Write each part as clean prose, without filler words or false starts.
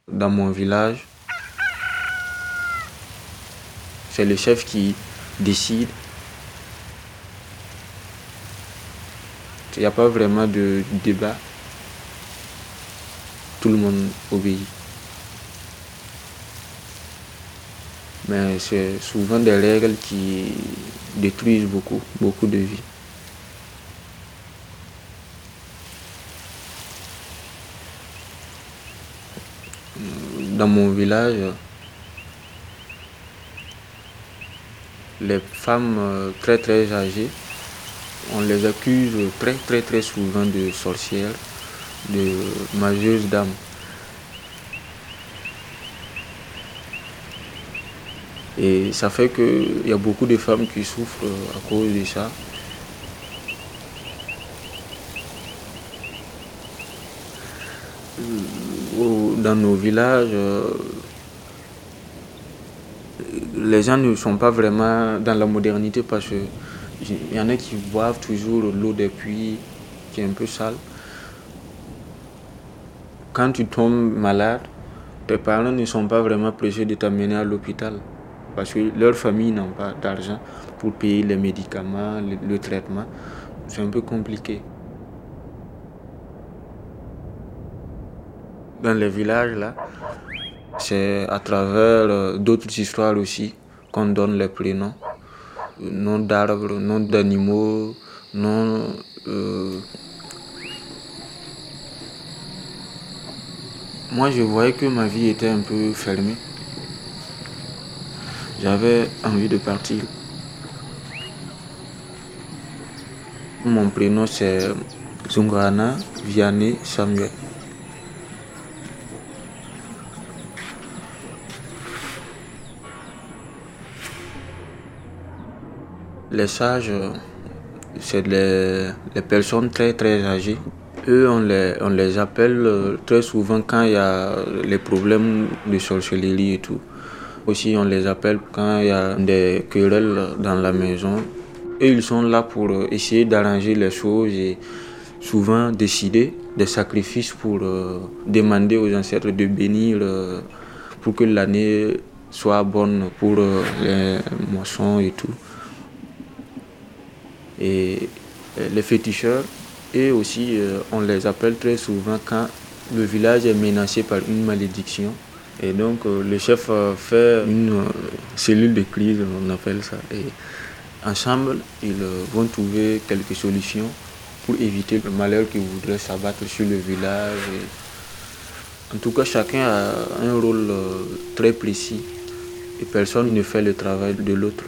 Dans mon village, c'est le chef qui décide. Il n'y a pas vraiment de débat. Tout le monde obéit. Mais c'est souvent des règles qui détruisent beaucoup de vies. Dans mon village, les femmes très âgées, on les accuse très souvent de sorcières, de majeures dames. Et ça fait qu'il y a beaucoup de femmes qui souffrent à cause de ça. Dans nos villages, les gens ne sont pas vraiment dans la modernité parce qu'il y en a qui boivent toujours l'eau des puits qui est un peu sale. Quand tu tombes malade, tes parents ne sont pas vraiment pressés de t'amener à l'hôpital parce que leur famille n'a pas d'argent pour payer les médicaments, le traitement. C'est un peu compliqué. Dans les villages, là, c'est à travers d'autres histoires aussi qu'on donne les prénoms. Noms d'arbres, noms d'animaux, noms... Moi, je voyais que ma vie était un peu fermée. J'avais envie de partir. Mon prénom, c'est Zungana Vianney Samuel. Les sages, c'est les personnes très âgées. Eux, on les appelle très souvent quand il y a les problèmes de sorcellerie et tout. Aussi, on les appelle quand il y a des querelles dans la maison. Et ils sont là pour essayer d'arranger les choses et souvent décider des sacrifices pour demander aux ancêtres de bénir pour que l'année soit bonne pour les moissons et tout. Et les féticheurs, et aussi on les appelle très souvent quand le village est menacé par une malédiction. Et donc le chef fait une cellule de crise, on appelle ça. Et ensemble, ils vont trouver quelques solutions pour éviter le malheur qui voudrait s'abattre sur le village. En tout cas, chacun a un rôle très précis et personne ne fait le travail de l'autre.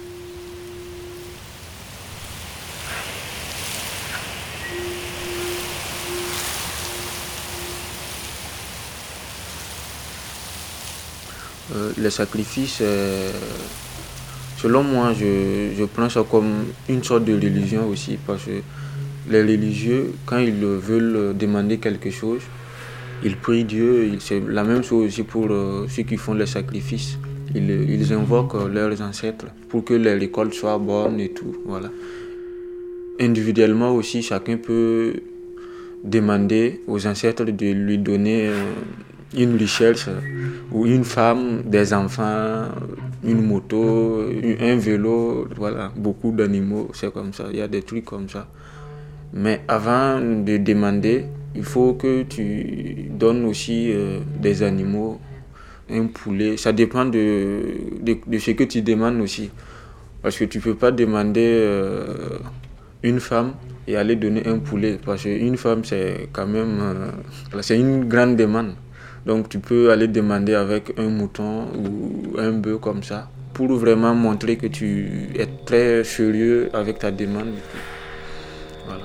Les sacrifices, selon moi, je prends ça comme une sorte de religion aussi, parce que les religieux, quand ils veulent demander quelque chose, ils prient Dieu. C'est la même chose aussi pour ceux qui font les sacrifices. Ils invoquent leurs ancêtres pour que les récoltes soient bonnes et tout. Voilà. Individuellement aussi, chacun peut demander aux ancêtres de lui donner une richesse ou une femme, des enfants, une moto, un vélo, voilà, beaucoup d'animaux, c'est comme ça, il y a des trucs comme ça. Mais avant de demander, il faut que tu donnes aussi des animaux, un poulet, ça dépend de ce que tu demandes aussi. Parce que tu ne peux pas demander une femme et aller donner un poulet. Parce qu'une femme, c'est quand même c'est une grande demande. Donc tu peux aller demander avec un mouton ou un bœuf comme ça pour vraiment montrer que tu es très sérieux avec ta demande. Voilà.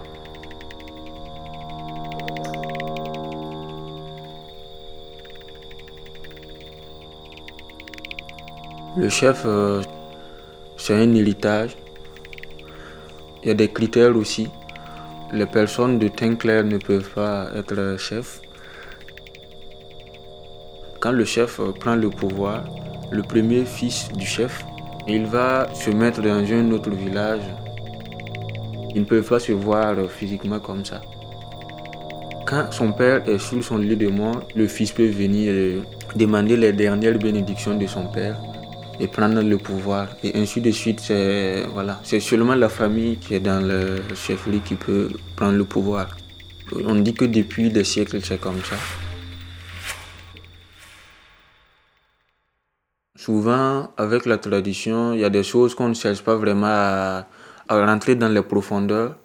Le chef, c'est un héritage. Il y a des critères aussi. Les personnes de teint clair ne peuvent pas être chefs. Quand le chef prend le pouvoir, le premier fils du chef, il va se mettre dans un autre village. Ils ne peuvent pas se voir physiquement comme ça. Quand son père est sur son lit de mort, le fils peut venir demander les dernières bénédictions de son père et prendre le pouvoir. Et ainsi de suite, c'est seulement la famille qui est dans le chef-lieu qui peut prendre le pouvoir. On dit que depuis des siècles, c'est comme ça. Souvent, avec la tradition, il y a des choses qu'on ne cherche pas vraiment à rentrer dans les profondeurs.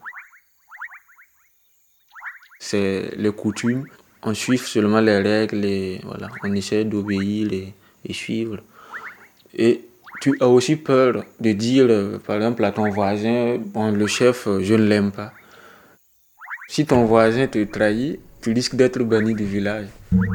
C'est les coutumes. On suit seulement les règles et voilà, on essaie d'obéir et suivre. Et tu as aussi peur de dire, par exemple, à ton voisin, bon, le chef, je ne l'aime pas. Si ton voisin te trahit, tu risques d'être banni du village.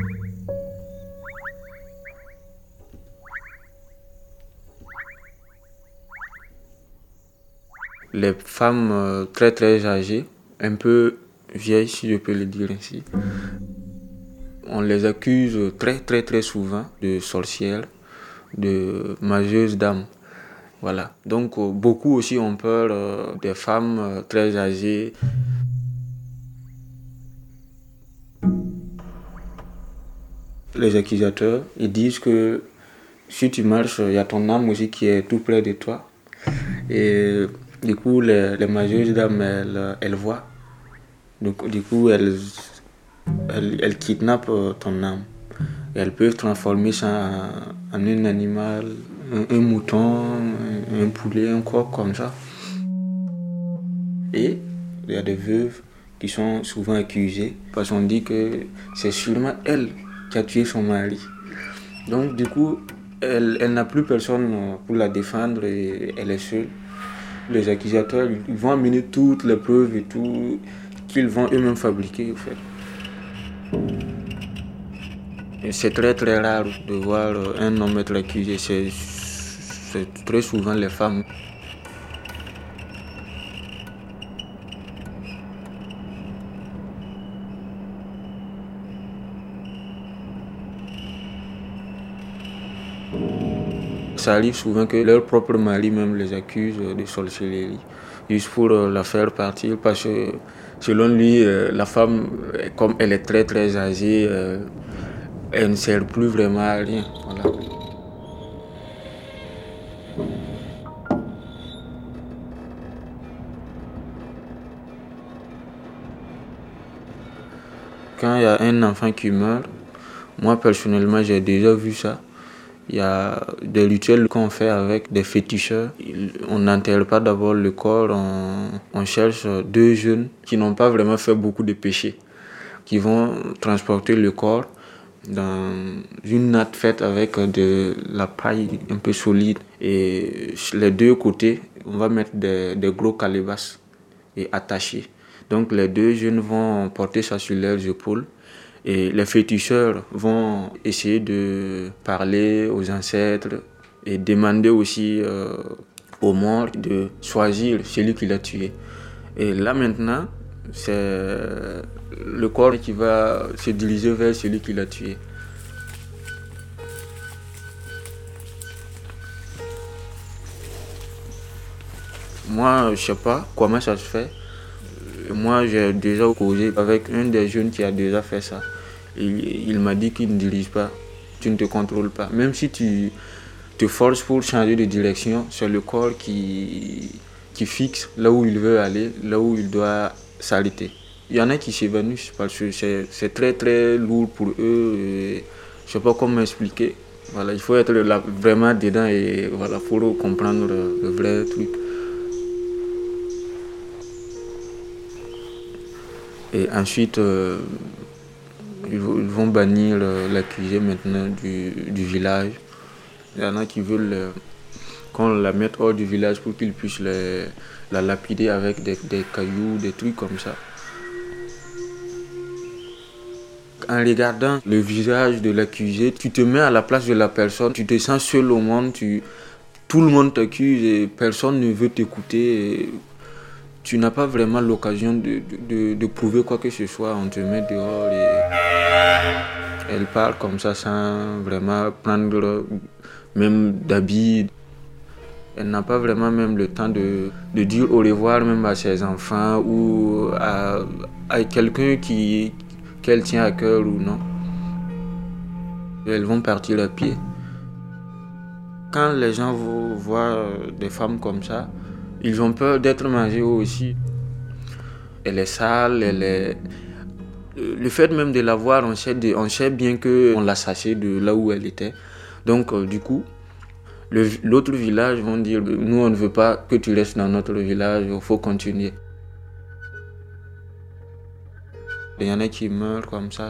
Les femmes très très âgées, un peu vieilles si je peux le dire ainsi, on les accuse très très très souvent de sorcières, de majeures dames. Voilà. Donc beaucoup aussi ont peur des femmes très âgées. Les accusateurs, ils disent que si tu marches, il y a ton âme aussi qui est tout près de toi. Et du coup, les majeures dames, elles voient. Donc, du coup, elles kidnappent ton âme. Et elles peuvent transformer ça en un animal, un mouton, un poulet, un coq, comme ça. Et il y a des veuves qui sont souvent accusées parce qu'on dit que c'est sûrement elle qui a tué son mari. Donc, du coup, elle n'a plus personne pour la défendre et elle est seule. Les accusateurs, ils vont amener toutes les preuves et tout qu'ils vont eux-mêmes fabriquer, en fait. Et c'est très très rare de voir un homme être accusé. C'est très souvent les femmes. Ça arrive souvent que leur propre mari même les accuse de sorcellerie, juste pour la faire partir, parce que selon lui, la femme, comme elle est très très âgée, elle ne sert plus vraiment à rien. Voilà. Quand il y a un enfant qui meurt, moi personnellement j'ai déjà vu ça. Il y a des rituels qu'on fait avec des féticheurs. On n'enterre pas d'abord le corps, on cherche deux jeunes qui n'ont pas vraiment fait beaucoup de péchés, qui vont transporter le corps dans une natte faite avec de la paille un peu solide. Et sur les deux côtés, on va mettre des gros calebasses et attachés. Donc les deux jeunes vont porter ça sur leurs épaules. Et les féticheurs vont essayer de parler aux ancêtres et demander aussi aux morts de choisir celui qui l'a tué. Et là maintenant, c'est le corps qui va se diriger vers celui qui l'a tué. Moi, je sais pas comment ça se fait. Moi, j'ai déjà causé avec un des jeunes qui a déjà fait ça. Il m'a dit qu'il ne dirige pas, tu ne te contrôles pas. Même si tu te forces pour changer de direction, c'est le corps qui fixe là où il veut aller, là où il doit s'arrêter. Il y en a qui s'évanouissent parce que c'est très très lourd pour eux. Et je ne sais pas comment expliquer. Voilà, il faut être là, vraiment dedans et voilà, pour comprendre le vrai truc. Et ensuite, ils vont bannir l'accusé maintenant du village. Il y en a qui veulent qu'on la mette hors du village pour qu'ils puissent la lapider avec des cailloux, des trucs comme ça. En regardant le visage de l'accusé, tu te mets à la place de la personne, tu te sens seul au monde, tout le monde t'accuse et personne ne veut t'écouter. Tu n'as pas vraiment l'occasion de prouver quoi que ce soit, on te met dehors et elle part comme ça sans vraiment prendre même d'habits. Elle n'a pas vraiment même le temps de dire au revoir même à ses enfants ou à quelqu'un qu'elle tient à cœur ou non. Elles vont partir à pied. Quand les gens voient des femmes comme ça, ils ont peur d'être mangés eux aussi. Elle est sale, elle est... Le fait même de la voir, on sait bien qu'on l'a sachée de là où elle était. Donc du coup, l'autre village vont dire, nous on ne veut pas que tu restes dans notre village, il faut continuer. Il y en a qui meurent comme ça.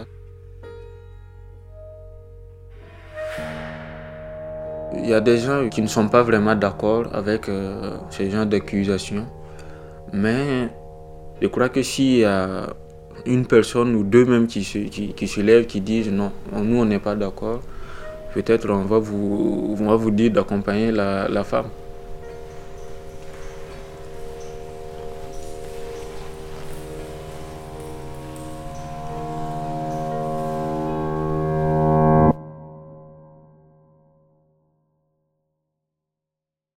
Il y a des gens qui ne sont pas vraiment d'accord avec ce genre d'accusations. Mais je crois que s'il y a une personne ou deux même qui se lèvent, qui disent non, nous on n'est pas d'accord, peut-être on va vous dire d'accompagner la femme.